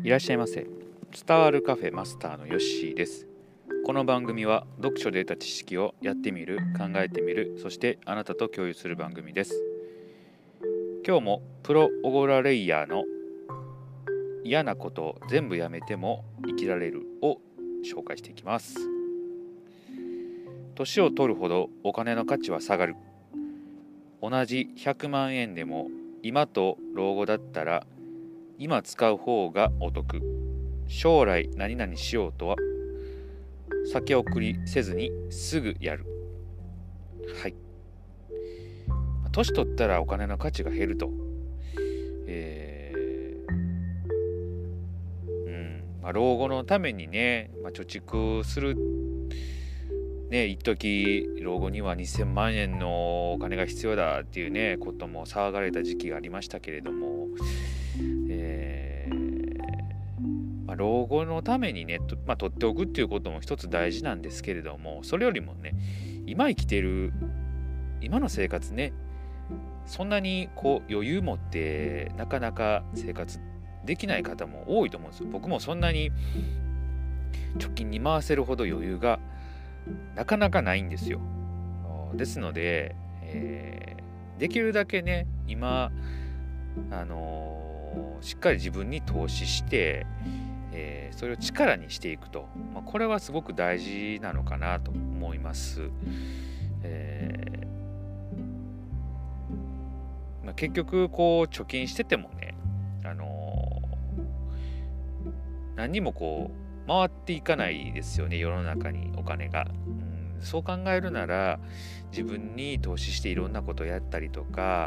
いらっしゃいませ。伝わるカフェマスターのヨッシーです。この番組は読書で得た知識をやってみる、考えてみる、そしてあなたと共有する番組です。今日もプロオゴラレイヤーの嫌なことを全部やめても生きられるを紹介していきます。年を取るほどお金の価値は下がる。同じ100万円でも今と老後だったら今使う方がお得。将来何々しようとは先送りせずにすぐやる。はい。年取ったらお金の価値が減ると。老後のためにね、貯蓄する。ね、一時老後には2000万円のお金が必要だっていうね、ことも騒がれた時期がありましたけれども、老後のためにね、取っておくっていうことも一つ大事なんですけれども、それよりもね、今生きてる今の生活ね、そんなに余裕持ってなかなか生活できない方も多いと思うんですよ。僕もそんなに貯金に回せるほど余裕がなかなかないんですよ。ですので、できるだけね、今しっかり自分に投資して、それを力にしていくと、これはすごく大事なのかなと思います。結局貯金しててもね、何にも回っていかないですよね、世の中にお金が。そう考えるなら自分に投資していろんなことをやったりとか、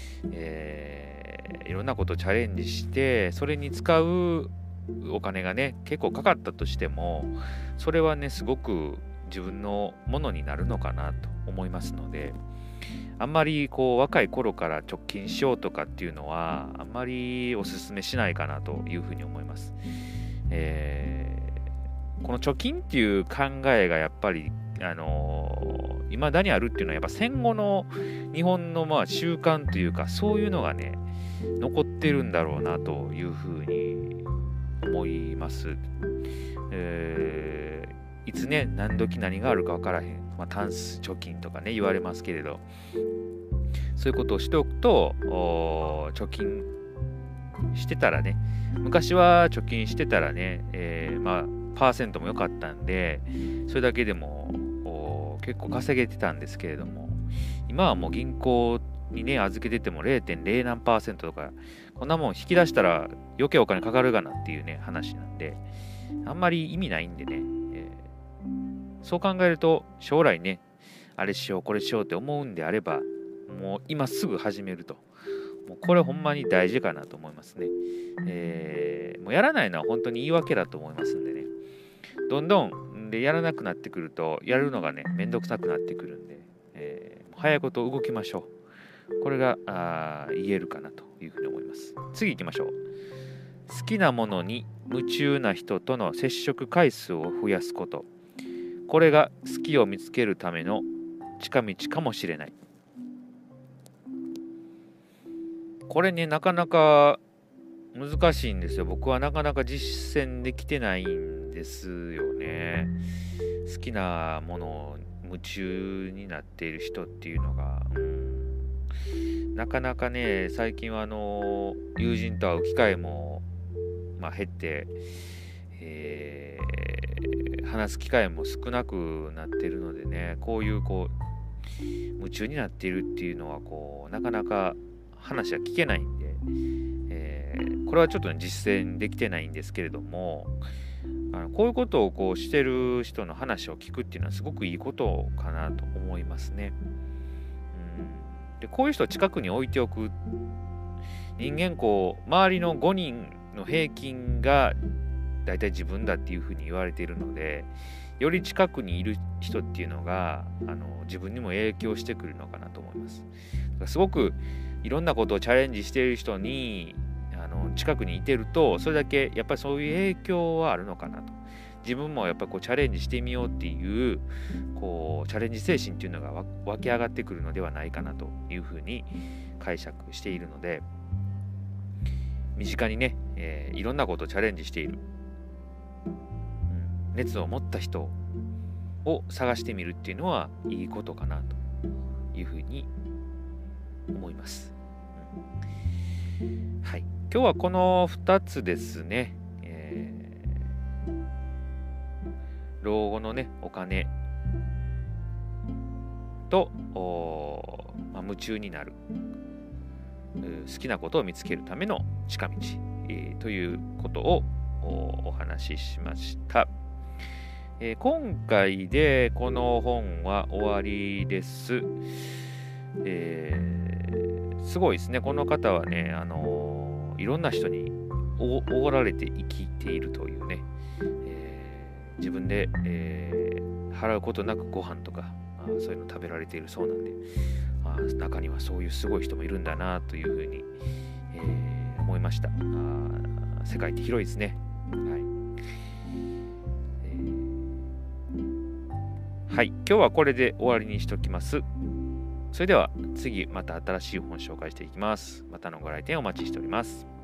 いろんなことをチャレンジしてそれに使うお金がね結構かかったとしても、それはねすごく自分のものになるのかなと思いますので、あんまり若い頃から貯金しようとかっていうのはあんまりおすすめしないかなというふうに思います。この貯金っていう考えがやっぱり未だにあるっていうのはやっぱ戦後の日本の習慣というか、そういうのがね残ってるんだろうなというふうに思います。いつね何時何があるか分からへん、タンス貯金とかね言われますけれど、そういうことをしておくと貯金してたらね、昔は貯金してたらね、パーセントも良かったんでそれだけでも結構稼げてたんですけれども、今はもう銀行にね預けてても 0.0 何パーセントとか、こんなもん引き出したら余計お金かかるがなっていうね話なんで、あんまり意味ないんでね、そう考えると将来ねあれしようこれしようって思うんであれば、もう今すぐ始めると、もうこれほんまに大事かなと思いますね。もうやらないのは本当に言い訳だと思いますんでね、どんどんでやらなくなってくるとやるのがねめんどくさくなってくるんで、早いこと動きましょう。これが言えるかなというふうに思います。次行きましょう。好きなものに夢中な人との接触回数を増やすこと、これが好きを見つけるための近道かもしれない。これねなかなか難しいんですよ。僕はなかなか実践できてないんですよね。好きなものを夢中になっている人っていうのが、なかなかね最近は友人と会う機会も減って、話す機会も少なくなっているのでね、こういう夢中になっているっていうのはなかなか話は聞けないんで、これはちょっと実践できてないんですけれども、こういうことをしてる人の話を聞くっていうのはすごくいいことかなと思いますね。でこういう人を近くに置いておく。人間周りの5人の平均がだいたい自分だっていうふうに言われているので、より近くにいる人っていうのが自分にも影響してくるのかなと思います。だからすごくいろんなことをチャレンジしている人に近くにいてると、それだけやっぱりそういう影響はあるのかなと。自分もやっぱりチャレンジしてみようっていうチャレンジ精神っていうのが湧き上がってくるのではないかなというふうに解釈しているので、身近にね、 いろんなことをチャレンジしている、熱を持った人を探してみるっていうのはいいことかなというふうに思います。はい、今日はこの2つですね、老後のねお金と、夢中になる、好きなことを見つけるための近道、ということをお話ししました。今回でこの本は終わりです。すごいですね。この方はね、いろんな人におごられて生きているというね、自分で、払うことなくご飯とかそういうの食べられているそうなんで、中にはそういうすごい人もいるんだなというふうに、思いました。世界って広いですね。はい、今日はこれで終わりにしておきます。それでは次また新しい本を紹介していきます。またのご来店お待ちしております。